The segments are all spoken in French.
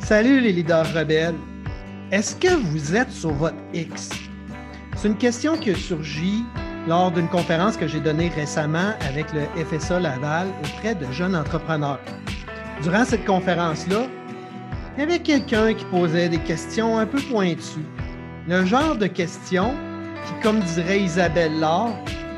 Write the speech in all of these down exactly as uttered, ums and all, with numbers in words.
Salut les leaders rebelles. Est-ce que vous êtes sur votre X? C'est une question qui a surgi lors d'une conférence que j'ai donnée récemment avec le F S A Laval auprès de jeunes entrepreneurs. Durant cette conférence-là, il y avait quelqu'un qui posait des questions un peu pointues. Le genre de questions qui, comme dirait Isabelle Laure,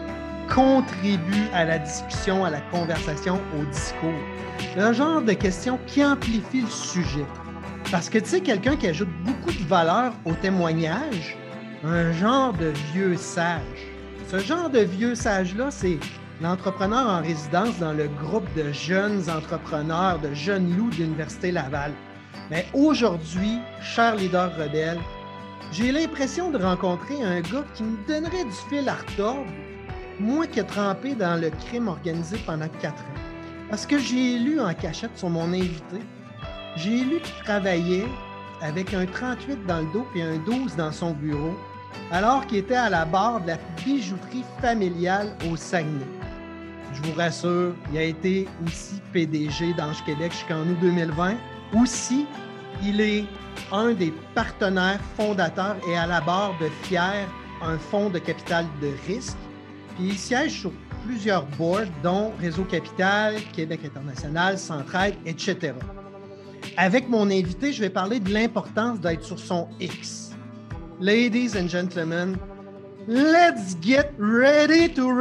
contribue à la discussion, à la conversation, au discours. Le genre de questions qui amplifie le sujet. Parce que tu sais, quelqu'un qui ajoute beaucoup de valeur au témoignage, un genre de vieux sage. Ce genre de vieux sage-là, c'est l'entrepreneur en résidence dans le groupe de jeunes entrepreneurs, de jeunes loups de l'Université Laval. Mais aujourd'hui, chers leaders rebelles, j'ai l'impression de rencontrer un gars qui me donnerait du fil à retordre, moi qui ai trempé dans le crime organisé pendant quatre ans. Parce que j'ai lu en cachette sur mon invité, j'ai lu qu'il travaillait avec un trente-huit dans le dos et un douze dans son bureau, alors qu'il était à la barre de la bijouterie familiale au Saguenay. Je vous rassure, il a été aussi P D G d'Ange Québec jusqu'en août deux mille vingt. Aussi, il est un des partenaires fondateurs et à la barre de Fier, un fonds de capital de risque. Puis il siège sur plusieurs boards, dont Réseau Capital, Québec International, Centraide, et cetera. Avec mon invité, je vais parler de l'importance d'être sur son X. Ladies and gentlemen, let's get ready to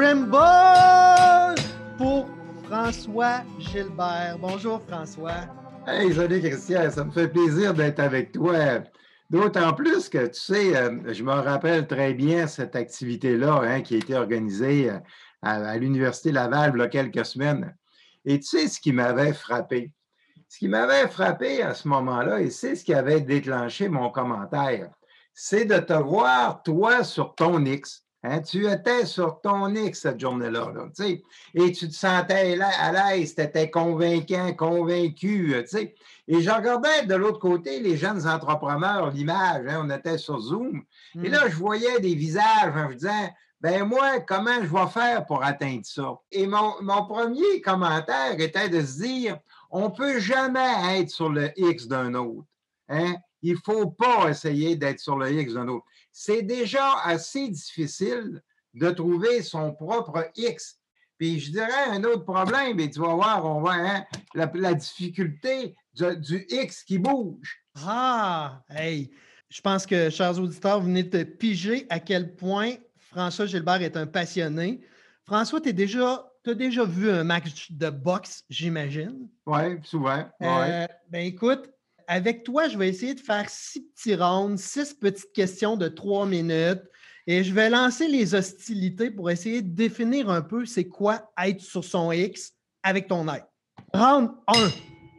rumble pour François Gilbert. Bonjour François. Hey, salut Christian, ça me fait plaisir d'être avec toi. D'autant plus que, tu sais, euh, je me rappelle très bien cette activité-là hein, qui a été organisée à, à l'Université Laval il y a quelques semaines. Et tu sais ce qui m'avait frappé? Ce qui m'avait frappé à ce moment-là, et c'est ce qui avait déclenché mon commentaire, c'est de te voir, toi, sur ton X. Hein, tu étais sur ton X cette journée-là, là, tu sais, et tu te sentais à l'aise, tu étais convaincant, convaincu, tu sais. Et je regardais de l'autre côté les jeunes entrepreneurs, l'image, hein, on était sur Zoom, mm. Et là, je voyais des visages en me disant, ben moi, comment je vais faire pour atteindre ça? Et mon, mon premier commentaire était de se dire, on ne peut jamais être sur le X d'un autre. Hein? Il ne faut pas essayer d'être sur le X d'un autre. C'est déjà assez difficile de trouver son propre X. Puis je dirais un autre problème, et tu vas voir, on va, hein, la, la difficulté du, du X qui bouge. Ah, hey, je pense que, chers auditeurs, vous venez de piger à quel point François Gilbert est un passionné. François, tu as déjà, déjà vu un match de boxe, j'imagine? Oui, souvent. Ouais. Euh, ben écoute, avec toi, je vais essayer de faire six petits rounds, six petites questions de trois minutes et je vais lancer les hostilités pour essayer de définir un peu c'est quoi être sur son X avec ton aide. Round un.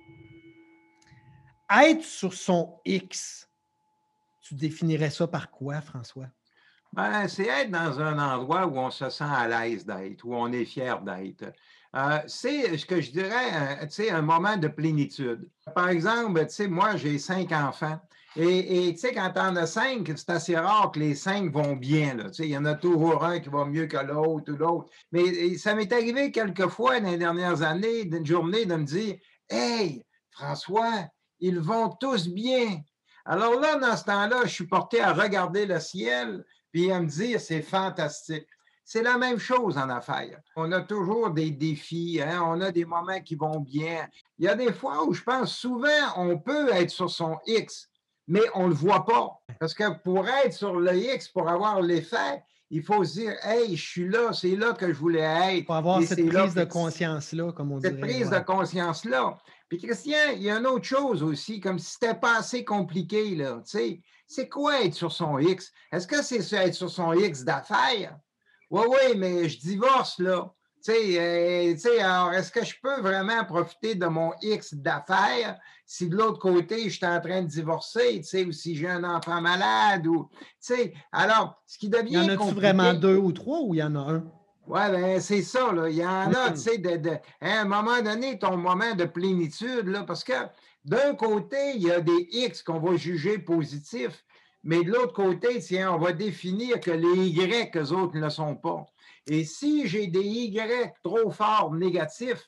Être sur son X, tu définirais ça par quoi, François? Ben, c'est être dans un endroit où on se sent à l'aise d'être, où on est fier d'être. Euh, c'est ce que je dirais, tu sais, un moment de plénitude. Par exemple, tu sais, moi, j'ai cinq enfants. Et, et tu sais, quand tu en as cinq, c'est assez rare que les cinq vont bien. Tu sais, il y en a toujours un qui va mieux que l'autre ou l'autre. Mais ça m'est arrivé quelques fois dans les dernières années, d'une journée, de me dire, « Hey, François, ils vont tous bien. » Alors là, dans ce temps-là, je suis porté à regarder le ciel puis à me dire, c'est fantastique. C'est la même chose en affaires. On a toujours des défis, hein? On a des moments qui vont bien. Il y a des fois où je pense souvent, on peut être sur son X, mais on ne le voit pas. Parce que pour être sur le X, pour avoir l'effet, il faut se dire, hey, je suis là, c'est là que je voulais être. Il faut avoir cette prise de conscience-là, comme on dirait. Cette prise de conscience-là. Puis Christian, il y a une autre chose aussi, comme si c'était pas assez compliqué, là, tu sais. C'est quoi être sur son X? Est-ce que c'est être sur son X d'affaires? Oui, oui, mais je divorce, là. Tu sais, euh, tu sais, alors, est-ce que je peux vraiment profiter de mon X d'affaires si de l'autre côté, je suis en train de divorcer, tu sais, ou si j'ai un enfant malade, ou, tu sais, alors, ce qui devient Il y en a-tu compliqué... vraiment deux ou trois, ou il y en a un? Oui, bien, c'est ça, là. Il y en a, mmh. tu sais, de, de, hein, à un moment donné, ton moment de plénitude, là, parce que d'un côté, il y a des X qu'on va juger positifs, mais de l'autre côté, tiens, on va définir que les Y, eux autres ne le sont pas. Et si j'ai des Y trop forts négatifs, il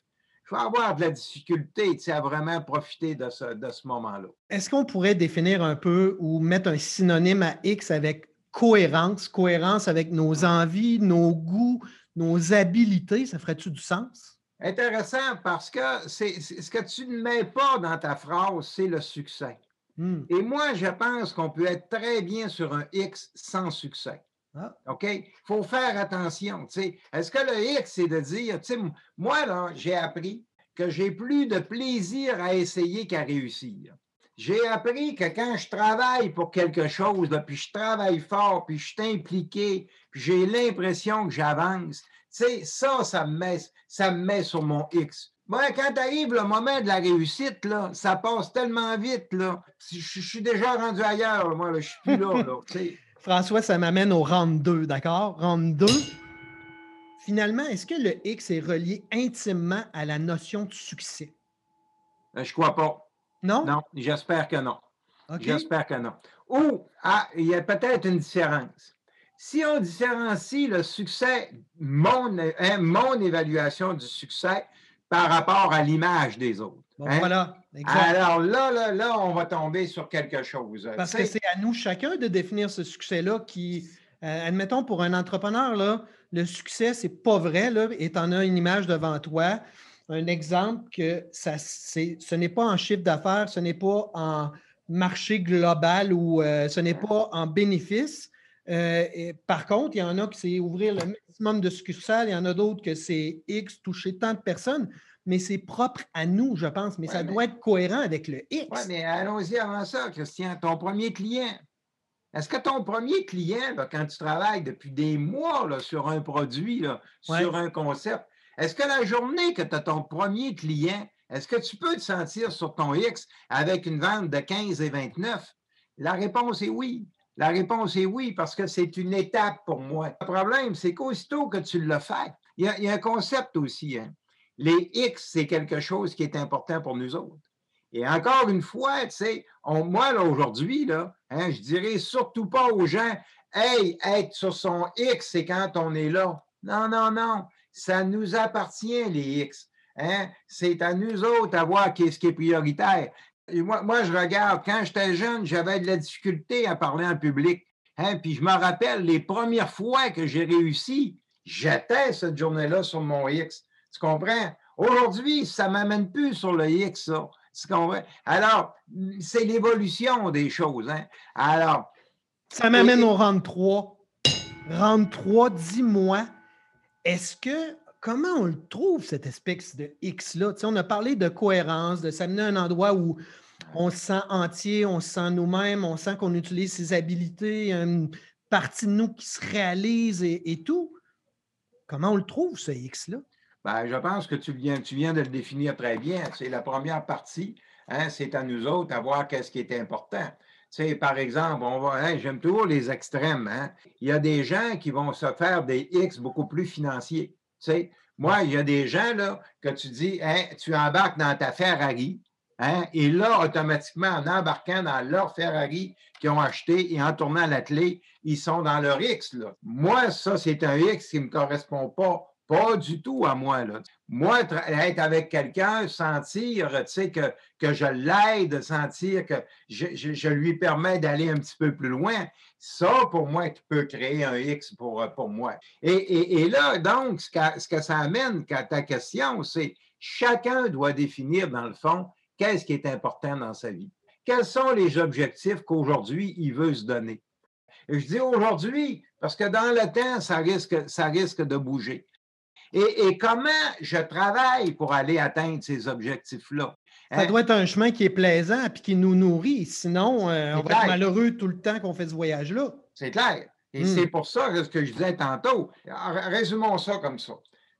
faut avoir de la difficulté, tu sais, à vraiment profiter de ce, de ce moment-là. Est-ce qu'on pourrait définir un peu ou mettre un synonyme à X avec cohérence, cohérence avec nos envies, nos goûts, nos habilités, ça ferait-tu du sens? Intéressant parce que c'est, c'est- ce que tu ne mets pas dans ta phrase, c'est le succès. Hmm. Et moi, je pense qu'on peut être très bien sur un X sans succès. Ah. OK? Il faut faire attention. Tu sais. Est-ce que le X, c'est de dire, tu sais, moi, là, j'ai appris que j'ai plus de plaisir à essayer qu'à réussir. J'ai appris que quand je travaille pour quelque chose, là, puis je travaille fort, puis je suis impliqué, puis j'ai l'impression que j'avance, tu sais, ça, ça me met, ça me met sur mon X. Moi, quand arrive le moment de la réussite, là, ça passe tellement vite, là. Je, je suis déjà rendu ailleurs, là, moi, là, je suis plus là, là, tu sais. François, ça m'amène au round deux, d'accord? Round deux. Finalement, est-ce que le X est relié intimement à la notion de succès? Euh, Je crois pas. Non? Non, j'espère que non. OK? J'espère que non. Ou, ah, il y a peut-être une différence. Si on différencie le succès, mon, hein, mon évaluation du succès par rapport à l'image des autres. Bon, Hein? voilà, exact. Alors là, là, là, on va tomber sur quelque chose. Parce Tu que sais, c'est à nous chacun de définir ce succès-là qui, euh, admettons, pour un entrepreneur, là, le succès, c'est pas vrai, là, et tu en as une image devant toi, un exemple que ça, c'est, ce n'est pas en chiffre d'affaires, ce n'est pas en marché global ou euh, ce n'est pas en bénéfice. Euh, et par contre, il y en a qui c'est ouvrir le maximum de succursales, il y en a d'autres que c'est X, toucher tant de personnes, mais c'est propre à nous, je pense, mais Ouais, ça mais- doit être cohérent avec le ouais, X. mais allons-y avant ça, Christian. Ton premier client, est-ce que ton premier client, là, quand tu travailles depuis des mois là, sur un produit, là, Ouais. sur un concept, est-ce que la journée que tu as ton premier client, est-ce que tu peux te sentir sur ton X avec une vente de quinze et vingt-neuf? La réponse est oui. La réponse est oui, parce que c'est une étape pour moi. Le problème, c'est qu'aussitôt que tu le fais, il y a, il y a un concept aussi. Hein. Les X, c'est quelque chose qui est important pour nous autres. Et encore une fois, tu sais, on- moi, là, aujourd'hui, là, hein, je dirais surtout pas aux gens, hey, être sur son X, c'est quand on est là. Non, non, non. Ça nous appartient, les X. Hein? C'est à nous autres à voir qu'est-ce qui est prioritaire. Et moi, moi, je regarde, quand j'étais jeune, j'avais de la difficulté à parler en public. Hein? Puis je me rappelle les premières fois que j'ai réussi, j'étais cette journée-là sur mon X. Tu comprends? Aujourd'hui, ça ne m'amène plus sur le X, ça. Tu comprends? Alors, c'est l'évolution des choses. Hein? Alors. Ça m'amène au round trois. Round trois, dis-moi, est-ce que, comment on le trouve, cette espèce de X-là? Tu sais, on a parlé de cohérence, de s'amener à un endroit où on se sent entier, on se sent nous-mêmes, on sent qu'on utilise ses habiletés, une partie de nous qui se réalise et, et tout. Comment on le trouve, ce X-là? Ben, je pense que tu viens, tu viens de le définir très bien. C'est la première partie. Hein, c'est à nous autres à voir qu'est-ce qui est important. Tu sais, par exemple, on va, hein, j'aime toujours les extrêmes. Hein. Il y a des gens qui vont se faire des X beaucoup plus financiers. Tu sais, moi, il y a des gens là, que tu dis, hein, tu embarques dans ta Ferrari, hein, et là, automatiquement, en embarquant dans leur Ferrari qu'ils ont acheté et en tournant la clé, ils sont dans leur X. Là. Moi, ça, c'est un X qui ne me correspond pas. Pas du tout à moi. Là. Moi, être avec quelqu'un, sentir tu sais, que, que je l'aide, sentir que je, je, je lui permets d'aller un petit peu plus loin, ça, pour moi, tu peux créer un X pour, pour moi. Et, et, et là, donc, ce que, ce que ça amène à ta question, c'est chacun doit définir, dans le fond, qu'est-ce qui est important dans sa vie. Quels sont les objectifs qu'aujourd'hui, il veut se donner. Et je dis aujourd'hui, parce que dans le temps, ça risque, ça risque de bouger. Et, et comment je travaille pour aller atteindre ces objectifs-là? Hein? Ça doit être un chemin qui est plaisant et qui nous nourrit. Sinon, euh, on va être malheureux tout le temps qu'on fait ce voyage-là. C'est clair. Et hmm. c'est pour ça que ce que je disais tantôt. Résumons ça comme ça.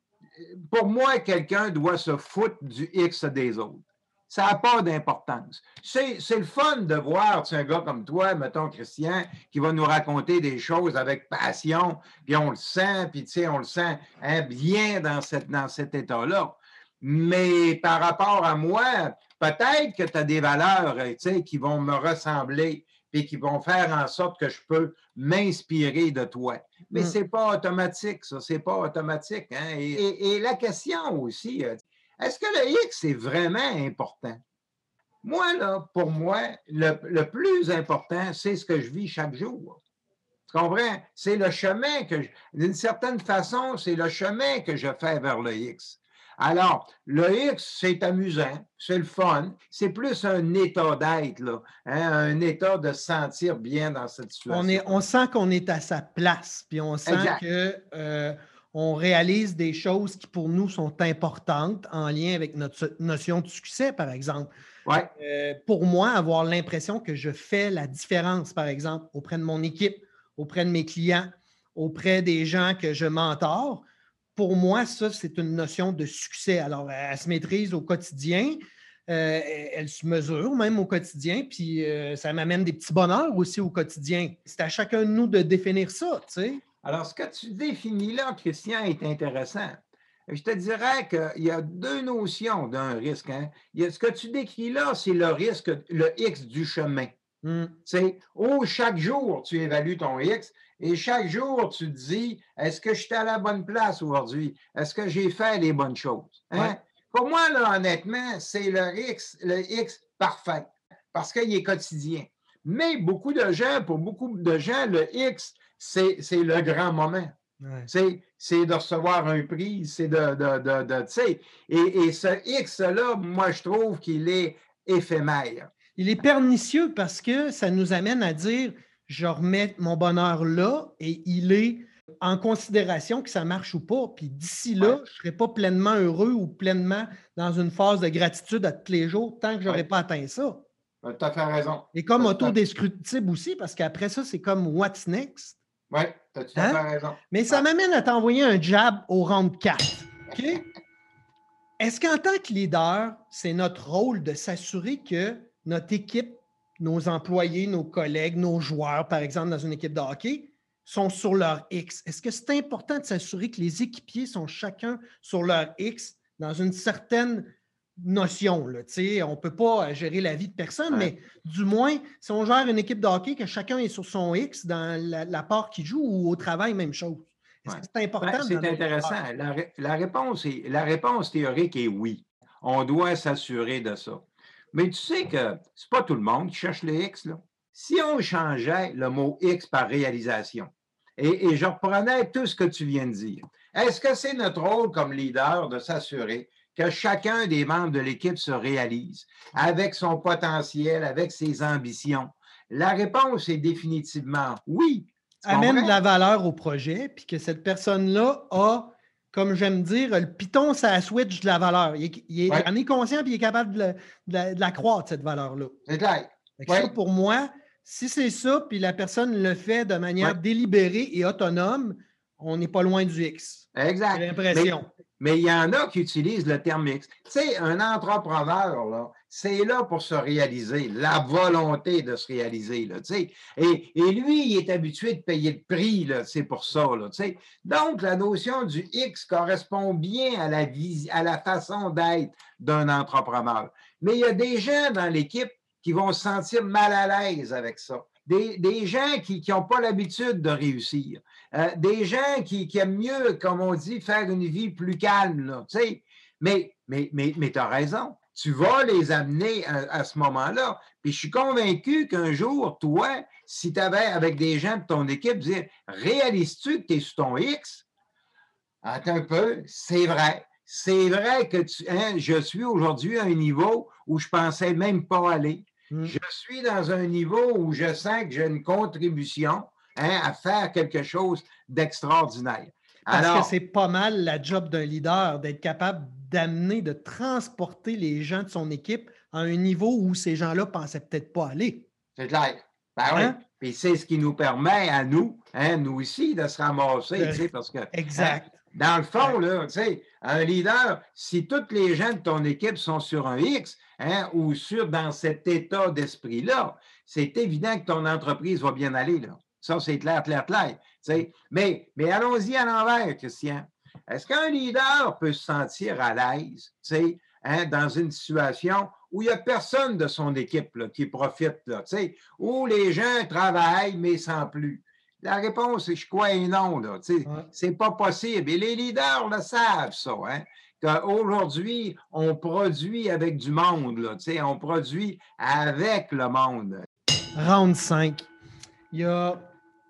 Pour moi, quelqu'un doit se foutre du X des autres. Ça n'a pas d'importance. C'est, c'est le fun de voir un gars comme toi, mettons Christian, qui va nous raconter des choses avec passion, puis on le sent, puis tu sais, on le sent hein, bien dans, cette, dans cet état-là. Mais par rapport à moi, peut-être que tu as des valeurs tu sais, qui vont me ressembler, puis qui vont faire en sorte que je peux m'inspirer de toi. Mais mm. ce n'est pas automatique, ça, c'est pas automatique. Hein? Et, et, et la question aussi, est-ce que le X est vraiment important? Moi, là, pour moi, le, le plus important, c'est ce que je vis chaque jour. Tu comprends? C'est le chemin que, je- d'une certaine façon, c'est le chemin que je fais vers le X. Alors, le X, c'est amusant, c'est le fun, c'est plus un état d'être, là, hein, un état de se sentir bien dans cette On situation. est, on sent qu'on est à sa place, puis on sent Exact. que euh, on réalise des choses qui pour nous sont importantes en lien avec notre notion de succès, par exemple. Ouais. Euh, pour moi, avoir l'impression que je fais la différence, par exemple, auprès de mon équipe, auprès de mes clients, auprès des gens que je mentore, pour moi, ça, c'est une notion de succès. Alors, elle se maîtrise au quotidien, euh, elle se mesure même au quotidien, puis euh, ça m'amène des petits bonheurs aussi au quotidien. C'est à chacun de nous de définir ça, tu sais. Alors, ce que tu définis là, Christian, est intéressant. Je te dirais qu'il y a deux notions d'un risque. Hein. Il y a, ce que tu décris là, c'est le risque, le X du chemin. Mm. C'est où chaque jour, tu évalues ton X et chaque jour, tu te dis, est-ce que je suis à la bonne place aujourd'hui? Est-ce que j'ai fait les bonnes choses? Hein? Ouais. Pour moi, là, honnêtement, c'est le X, le X parfait parce qu'il est quotidien. Mais beaucoup de gens, pour beaucoup de gens, le X, c'est, c'est le grand moment. Ouais. C'est, c'est de recevoir un prix, c'est de, de, de, de tu sais, et, et ce X-là, moi, je trouve qu'il est éphémère. Il est pernicieux parce que ça nous amène à dire je remets mon bonheur là et il est en considération que ça marche ou pas. Puis d'ici là, Ouais. je ne serai pas pleinement heureux ou pleinement dans une phase de gratitude à tous les jours tant que je n'aurai Ouais. pas atteint ça. Tu as tout à fait raison. Et comme T'as tout à- autodescriptible aussi, parce qu'après ça, c'est comme what's next. Oui, tu as tout à Hein? fait raison. Mais ça Ouais. m'amène à t'envoyer un jab au round quatre. OK? Est-ce qu'en tant que leader, c'est notre rôle de s'assurer que notre équipe, nos employés, nos collègues, nos joueurs, par exemple, dans une équipe de hockey, sont sur leur X? Est-ce que c'est important de s'assurer que les équipiers sont chacun sur leur X dans une certaine notion? Là, on ne peut pas gérer la vie de personne, Ouais. mais du moins, si on gère une équipe de hockey, que chacun est sur son X dans la, la part qu'il joue ou au travail, même chose. Est-ce Ouais. que c'est important? Ben, c'est dans notre intéressant. La, la réponse est, la réponse théorique est oui. On doit s'assurer de ça. Mais tu sais que c'est pas tout le monde qui cherche le X. Là. Si on changeait le mot X par réalisation, et, et je reprenais tout ce que tu viens de dire, est-ce que c'est notre rôle comme leader de s'assurer que chacun des membres de l'équipe se réalise avec son potentiel, avec ses ambitions? La réponse est définitivement oui. Tu amène comprends? de la valeur au projet, puis que cette personne-là a, comme j'aime dire, le piton, ça switch de la valeur. Il, est, il est, Ouais. en est conscient, puis il est capable de la, de la, de la croître, cette valeur-là. C'est clair. Fait que Ouais. ça, pour moi, si c'est ça, puis la personne le fait de manière Ouais. délibérée et autonome, on n'est pas loin du X. J'ai Exact. Mais, l'impression. mais il y en a qui utilisent le terme X. Tu sais, un entrepreneur, là, c'est là pour se réaliser, la volonté de se réaliser, là, tu sais. Et, et lui, il est habitué de payer le prix, là, c'est pour ça, là, tu sais. Donc, la notion du X correspond bien à la, vis- à la façon d'être d'un entrepreneur. Mais il y a des gens dans l'équipe qui vont se sentir mal à l'aise avec ça. Des, des gens qui n'ont pas l'habitude de réussir. Euh, des gens qui, qui aiment mieux, comme on dit, faire une vie plus calme. Là, tu sais. Mais, mais, mais, mais tu as raison. Tu vas les amener à, à ce moment-là. Puis je suis convaincu qu'un jour, toi, si tu avais avec des gens de ton équipe, dire réalises-tu que tu es sur ton X? Attends un peu, c'est vrai. C'est vrai que tu, hein, je suis aujourd'hui à un niveau où je ne pensais même pas aller. Mm. Je suis dans un niveau où je sens que j'ai une contribution hein, à faire quelque chose d'extraordinaire. Parce Alors, que c'est pas mal la job d'un leader, d'être capable d'amener, de transporter les gens de son équipe à un niveau où ces gens-là ne pensaient peut-être pas aller. c'est clair. Ben Hein? oui. Puis c'est ce qui nous permet à nous, hein, nous ici, de se ramasser, De- tu sais, parce que Exact. hein, dans le fond, là, tu sais, un leader, si tous les gens de ton équipe sont sur un X hein, ou sur dans cet état d'esprit-là, c'est évident que ton entreprise va bien aller. Là. Ça, c'est clair, clair, clair. Tu sais. Mais, mais allons-y à l'envers, Christian. Est-ce qu'un leader peut se sentir à l'aise, tu sais, hein, dans une situation où il n'y a personne de son équipe là, qui profite, là, tu sais, où les gens travaillent, mais sans plus? La réponse, je crois, est non. Là, tu sais, Ouais. c'est pas possible. Et les leaders le savent, ça. Hein? qu'aujourd'hui, on produit avec du monde, là, tu sais, on produit avec le monde. Round cinq. Il y a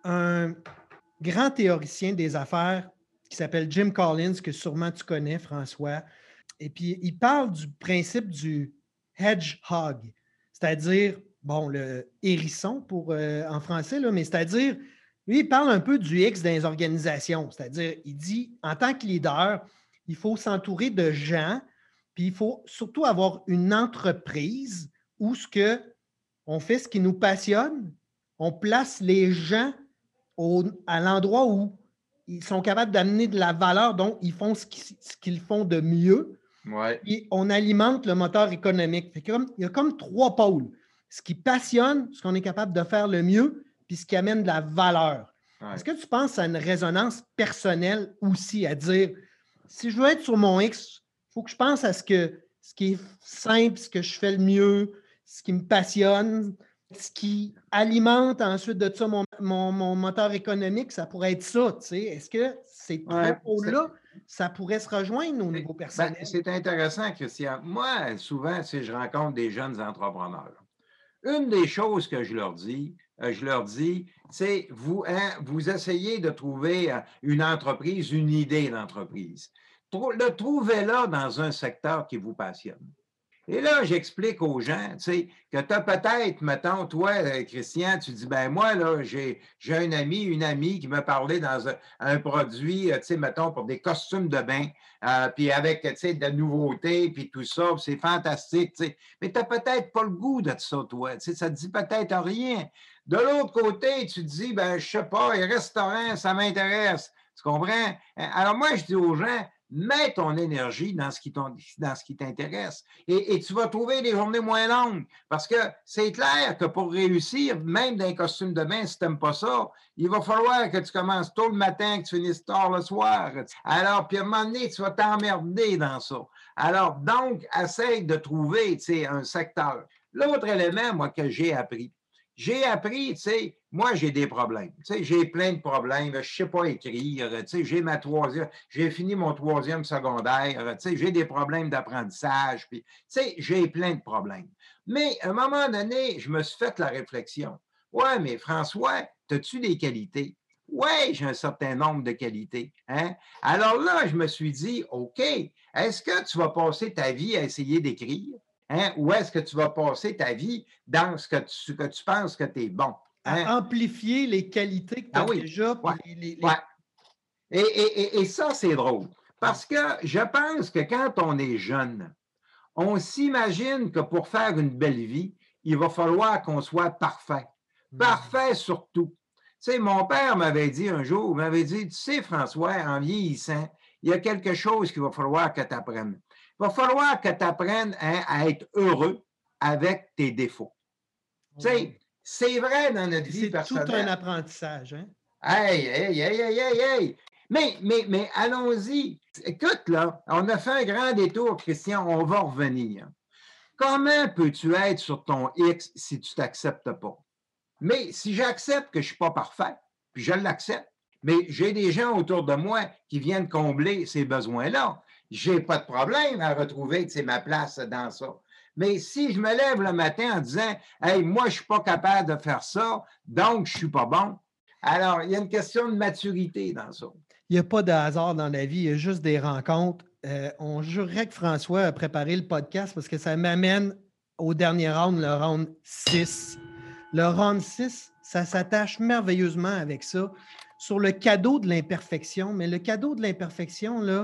un grand théoricien des affaires qui s'appelle Jim Collins, que sûrement tu connais, François. Et puis, il parle du principe du hedgehog, c'est-à-dire, bon, le hérisson pour, euh, en français, là, mais c'est-à-dire, lui, il parle un peu du X dans les organisations. C'est-à-dire, il dit, en tant que leader, il faut s'entourer de gens, puis il faut surtout avoir une entreprise où ce que on fait ce qui nous passionne, on place les gens au, à l'endroit où ils sont capables d'amener de la valeur, donc ils font ce qu'ils, ce qu'ils font de mieux. Ouais. Et on alimente le moteur économique. Fait que comme, il y a comme trois pôles. Ce qui passionne, ce qu'on est capable de faire le mieux, puis ce qui amène de la valeur. Ouais. Est-ce que tu penses à une résonance personnelle aussi, à dire, si je veux être sur mon X, il faut que je pense à ce, que, ce qui est simple, ce que je fais le mieux, ce qui me passionne, ce qui alimente ensuite de ça mon, mon, mon moteur économique, ça pourrait être ça. Tu sais. Est-ce que ces trois Ouais, pôles-là, ça pourrait se rejoindre au c'est- niveau ben, personnel? c'est intéressant, Christian. Moi, souvent, tu sais, je rencontre des jeunes entrepreneurs. Une des choses que je leur dis, euh, je leur dis, c'est vous, hein, vous essayez de trouver euh, une entreprise, une idée d'entreprise. Trou- le trouvez-la dans un secteur qui vous passionne. Et là, j'explique aux gens, tu sais, que tu as peut-être, mettons, toi, euh, Christian, tu dis, ben moi, là, j'ai, j'ai un ami, une amie qui m'a parlé dans un, un produit, euh, tu sais, mettons, pour des costumes de bain, euh, puis avec, tu sais, de la nouveauté, puis tout ça, puis c'est fantastique, tu sais. Mais tu n'as peut-être pas le goût de ça, toi, tu sais, ça te dit peut-être rien. De l'autre côté, tu te dis, ben je sais pas, les restaurants, ça m'intéresse. Tu comprends? Alors moi, je dis aux gens, mets ton énergie dans ce qui, dans ce qui t'intéresse. Et, et tu vas trouver des journées moins longues. Parce que c'est clair que pour réussir, même dans un costume de bain, si tu n'aimes pas ça, il va falloir que tu commences tôt le matin, que tu finisses tard le soir. Alors, puis à un moment donné, tu vas t'emmerder dans ça. Alors, donc, essaye de trouver, tu sais, un secteur. L'autre élément, moi, que j'ai appris, j'ai appris, tu sais, moi, j'ai des problèmes. Tu sais, j'ai plein de problèmes. Je ne sais pas écrire. Tu sais, j'ai ma troisième, j'ai fini mon troisième secondaire. Tu sais, j'ai des problèmes d'apprentissage. Puis, tu sais, j'ai plein de problèmes. Mais à un moment donné, je me suis fait la réflexion. Ouais, mais François, as-tu des qualités? Oui, j'ai un certain nombre de qualités. Hein? Alors là, je me suis dit, OK, est-ce que tu vas passer ta vie à essayer d'écrire? Hein? Ou est-ce que tu vas passer ta vie dans ce que tu, que tu penses que tu es bon? Hein? À amplifier les qualités que tu as Ah oui, déjà, ouais, puis les, les- les- ouais. Et, et, et, et ça, c'est drôle. Parce que je pense que quand on est jeune, on s'imagine que pour faire une belle vie, il va falloir qu'on soit parfait. Parfait surtout. Tu sais, mon père m'avait dit un jour, il m'avait dit, tu sais, François, en vieillissant, il y a quelque chose qu'il va falloir que tu apprennes. Il va falloir que tu apprennes hein, à être heureux avec tes défauts. Tu sais, c'est vrai dans notre Puis vie c'est tout un personnelle. apprentissage. Hein? Hey, hey, hey, hey, hey, hey! Mais, mais, mais allons-y. Écoute, là, on a fait un grand détour, Christian, on va revenir. Comment peux-tu être sur ton X si tu ne t'acceptes pas? Mais si j'accepte que je ne suis pas parfait, puis je l'accepte, mais j'ai des gens autour de moi qui viennent combler ces besoins-là. Je n'ai pas de problème à retrouver que c'est ma place dans ça. Mais si je me lève le matin en disant hey, moi, je ne suis pas capable de faire ça, donc je ne suis pas bon. Alors, il y a une question de maturité dans ça. Il n'y a pas de hasard dans la vie, il y a juste des rencontres. Euh, on jurerait que François a préparé le podcast parce que ça m'amène au dernier round, le round six. Le round six, ça s'attache merveilleusement avec ça, sur le cadeau de l'imperfection. Mais le cadeau de l'imperfection, là,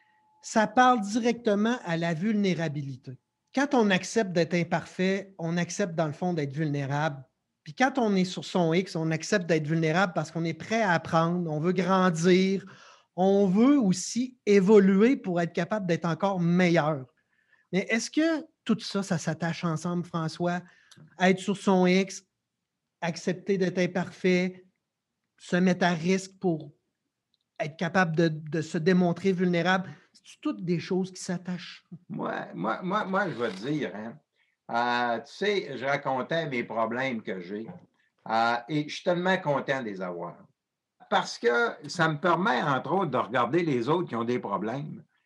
ça parle directement à la vulnérabilité. Quand on accepte d'être imparfait, on accepte dans le fond d'être vulnérable. Puis quand on est sur son X, on accepte d'être vulnérable parce qu'on est prêt à apprendre, on veut grandir, on veut aussi évoluer pour être capable d'être encore meilleur. Mais est-ce que tout ça, ça s'attache ensemble, François? Être sur son X, accepter d'être imparfait, se mettre à risque pour être capable de, de se démontrer vulnérable, c'est toutes des choses qui s'attachent. Moi, moi, moi, moi, je vais te dire, hein, euh, tu sais, je racontais mes problèmes que j'ai euh, et je suis tellement content de les avoir. Parce que ça me permet, entre autres, de regarder les autres qui ont des problèmes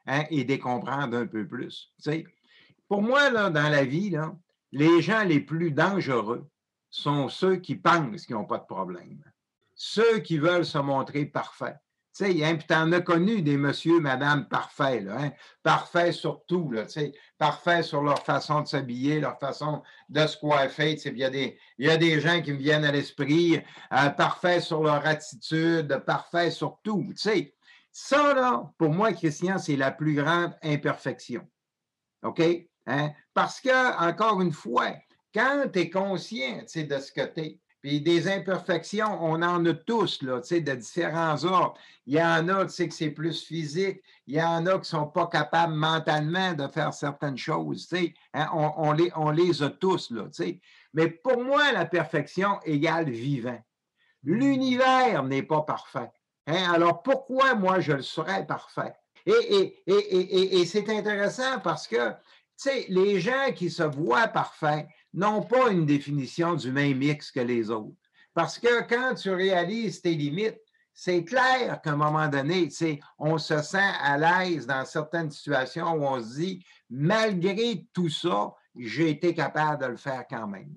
hein, et de les comprendre un peu plus. Tu sais. Pour moi, là, dans la vie, là, les gens les plus dangereux sont ceux qui pensent qu'ils n'ont pas de problème. Ceux qui veulent se montrer parfaits. Tu sais, hein, puis tu en as connu des monsieur, madame parfaits, là, hein, parfaits sur tout, là, tu sais, parfaits sur leur façon de s'habiller, leur façon de se coiffer. Tu sais, il y a des, il y a des gens qui me viennent à l'esprit, euh, parfaits sur leur attitude, parfaits sur tout. Tu sais, ça, là, pour moi, Christian, c'est la plus grande imperfection. OK? Hein? Parce que, encore une fois, quand tu es conscient tu sais, de ce que tu es, puis des imperfections, on en a tous, là, tu sais, de différents ordres. Il y en a, tu sais, que c'est plus physique. Il y en a qui ne sont pas capables mentalement de faire certaines choses, tu sais. Hein? On, on, les, on les a tous, là, tu sais. Mais pour moi, la perfection égale vivant. L'univers n'est pas parfait. Hein? Alors, pourquoi moi, je le serais parfait? Et, et, et, et, et c'est intéressant parce que, tu sais, les gens qui se voient parfaits n'ont pas une définition du même X que les autres. Parce que quand tu réalises tes limites, c'est clair qu'à un moment donné, tu sais, on se sent à l'aise dans certaines situations où on se dit, malgré tout ça, j'ai été capable de le faire quand même.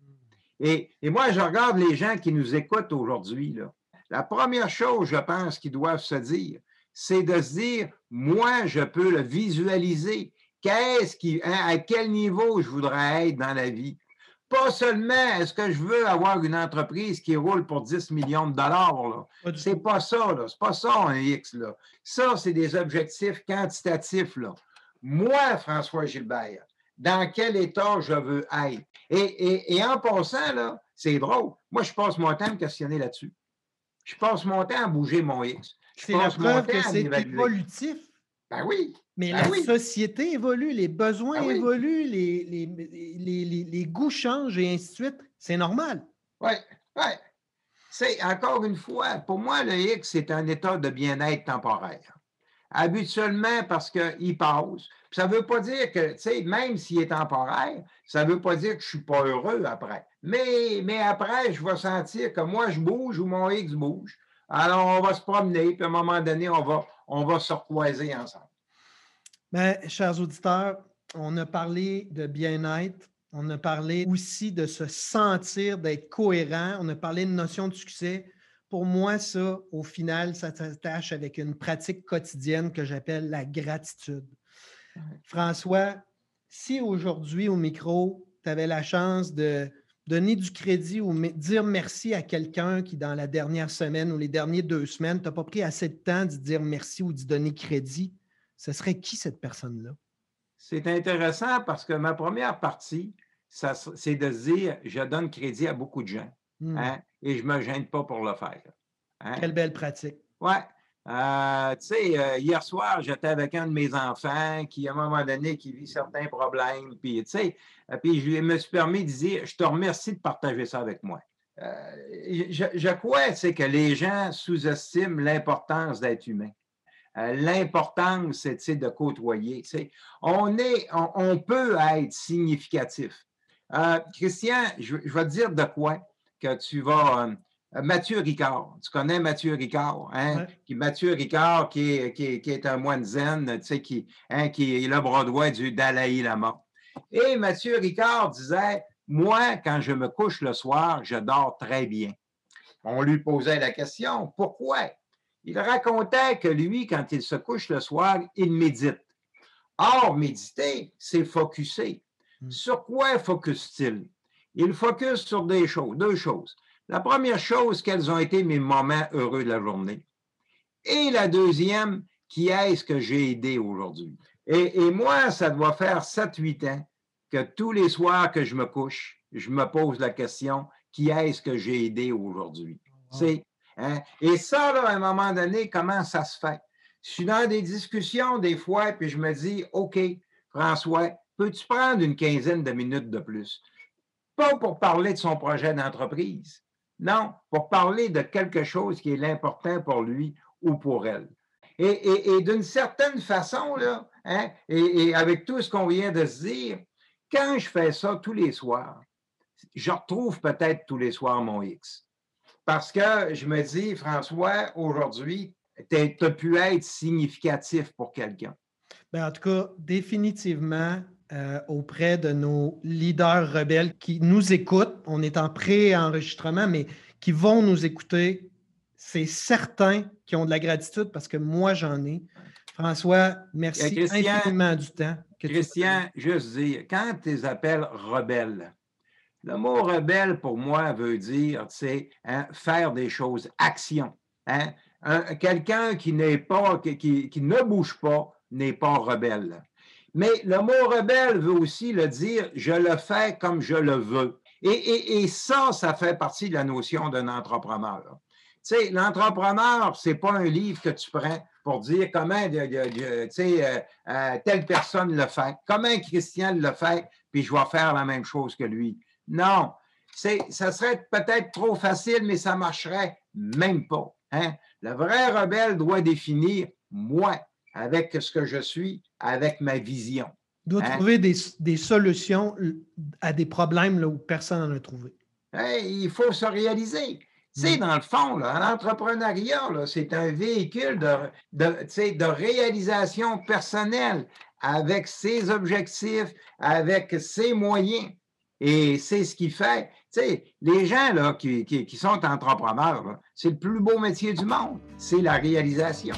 Et, et moi, je regarde les gens qui nous écoutent aujourd'hui, là. La première chose, je pense, qu'ils doivent se dire, c'est de se dire, moi, je peux le visualiser. Qu'est-ce qui, hein, à quel niveau je voudrais être dans la vie? Pas seulement, est-ce que je veux avoir une entreprise qui roule pour dix millions de dollars? C'est pas ça, là. C'est pas ça un X, là. Ça, c'est des objectifs quantitatifs, là. Moi, François Gilbert, dans quel état je veux être? Et, et, et en passant, là, c'est drôle. Moi, je passe mon temps à me questionner là-dessus. Je passe mon temps à bouger mon X. C'est la preuve que c'est évolutif. Ben oui. Mais ben la oui. société évolue, les besoins ben oui. évoluent, les, les, les, les, les goûts changent et ainsi de suite. C'est normal. Oui, oui. C'est encore une fois, pour moi, le X, c'est un état de bien-être temporaire. Habituellement, parce qu'il passe. Puis ça ne veut pas dire que, tu sais, même s'il est temporaire, ça ne veut pas dire que je ne suis pas heureux après. Mais, mais après, je vais sentir que moi, je bouge ou mon X bouge. Alors, on va se promener, puis à un moment donné, on va, on va se recroiser ensemble. Bien, chers auditeurs, on a parlé de bien-être, on a parlé aussi de se sentir, d'être cohérent, on a parlé de notion de succès. Pour moi, ça, au final, ça s'attache avec une pratique quotidienne que j'appelle la gratitude. Ouais. François, si aujourd'hui, au micro, tu avais la chance de donner du crédit ou dire merci à quelqu'un qui, dans la dernière semaine ou les dernières deux semaines, tu n'as pas pris assez de temps d'y dire merci ou d'y donner crédit, ce serait qui cette personne-là? C'est intéressant parce que ma première partie, ça, c'est de se dire, je donne crédit à beaucoup de gens mmh. hein, et je ne me gêne pas pour le faire. Hein? Quelle belle pratique. Oui. Euh, tu sais, euh, hier soir, j'étais avec un de mes enfants qui, à un moment donné, qui vit certains problèmes. Puis, tu sais, puis je me suis permis de dire, je te remercie de partager ça avec moi. Euh, je, je crois, tu sais, que les gens sous-estiment l'importance d'être humain. Euh, l'importance, c'est, tu sais, de côtoyer. Tu sais. On, est, on, on peut être significatif. Euh, Christian, je, je vais te dire de quoi que tu vas... Euh, Mathieu Ricard, tu connais Mathieu Ricard, hein? Ouais. Qui, Mathieu Ricard, qui est, qui est, qui est un moine zen, tu sais, qui, hein, qui est le bras droit du Dalai Lama. Et Mathieu Ricard disait, moi, quand je me couche le soir, je dors très bien. On lui posait la question, pourquoi? Il racontait que lui, quand il se couche le soir, il médite. Or, méditer, c'est focusser. Mmh. Sur quoi focus-t-il? Il focus sur des choses, deux choses. La première chose, quels ont été mes moments heureux de la journée. Et la deuxième, qui est-ce que j'ai aidé aujourd'hui? Et, et moi, ça doit faire sept huit ans que tous les soirs que je me couche, je me pose la question, qui est-ce que j'ai aidé aujourd'hui? Oh. C'est, hein? Et ça, là, à un moment donné, comment ça se fait? Je suis dans des discussions des fois, puis je me dis, OK, François, peux-tu prendre une quinzaine de minutes de plus? Pas pour parler de son projet d'entreprise. Non, pour parler de quelque chose qui est l'important pour lui ou pour elle. Et, et, et d'une certaine façon, là, hein, et, et avec tout ce qu'on vient de se dire, quand je fais ça tous les soirs, je retrouve peut-être tous les soirs mon X. Parce que je me dis, François, aujourd'hui, tu as pu être significatif pour quelqu'un. Bien, en tout cas, définitivement, euh, auprès de nos leaders rebelles qui nous écoutent, on est en pré-enregistrement, mais qui vont nous écouter, c'est certain qu'ils ont de la gratitude parce que moi, j'en ai. François, merci Christian, infiniment du temps que Christian, tu juste dire, quand tu les appelles rebelles, le mot rebelle, pour moi, veut dire, tu sais, hein, faire des choses, action. Hein? Un, quelqu'un qui n'est pas, qui, qui, qui ne bouge pas, n'est pas rebelle. Mais le mot rebelle veut aussi le dire, je le fais comme je le veux. Et, et, et ça, ça fait partie de la notion d'un entrepreneur. Tu sais, l'entrepreneur, c'est pas un livre que tu prends pour dire comment de, de, de, tu sais, euh, euh, telle personne le fait, comment Christian le fait, puis je vais faire la même chose que lui. Non, c'est, ça serait peut-être trop facile, mais ça marcherait même pas. Hein? Le vrai rebelle doit définir moi, avec ce que je suis, avec ma vision. Il doit hein? trouver des, des solutions à des problèmes là, où personne n'en a trouvé. Hey, il faut se réaliser. Tu sais, mmh. dans le fond, là, l'entrepreneuriat, là, c'est un véhicule de, de, de réalisation personnelle avec ses objectifs, avec ses moyens. Et c'est ce qui fait, tu sais, les gens là, qui, qui, qui sont entrepreneurs, là, c'est le plus beau métier du monde, c'est la réalisation.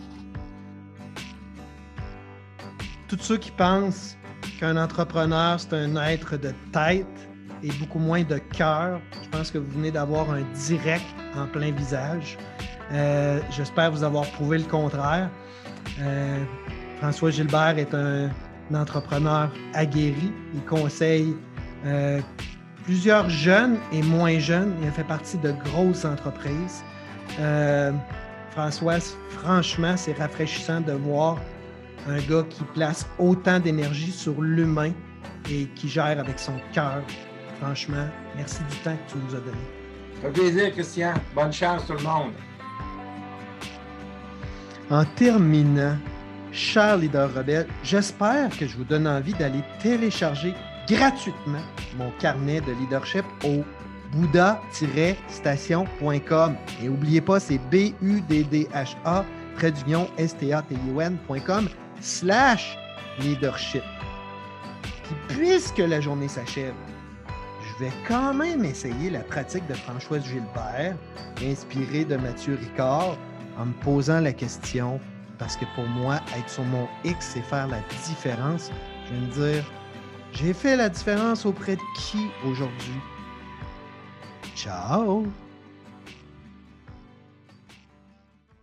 Tous ceux qui pensent qu'un entrepreneur, c'est un être de tête et beaucoup moins de cœur, je pense que vous venez d'avoir un direct en plein visage. Euh, j'espère vous avoir prouvé le contraire. Euh, François Gilbert est un, un entrepreneur aguerri. Il conseille euh, plusieurs jeunes et moins jeunes. Il a fait partie de grosses entreprises. Euh, François, franchement, c'est rafraîchissant de voir un gars qui place autant d'énergie sur l'humain et qui gère avec son cœur. Franchement, merci du temps que tu nous as donné. Ça fait plaisir, Christian. Bonne chance, tout le monde. En terminant, chers leaders rebelles, j'espère que je vous donne envie d'aller télécharger gratuitement mon carnet de leadership au bouddha tiret station point com. Et n'oubliez pas, c'est B U D D H A, trait d'union, S T A T I O N point com, slash leadership. Puis puisque la journée s'achève, je vais quand même essayer la pratique de François Gilbert, inspiré de Mathieu Ricard, en me posant la question, parce que pour moi, être sur mon X, c'est faire la différence. Je vais me dire, j'ai fait la différence auprès de qui aujourd'hui? Ciao!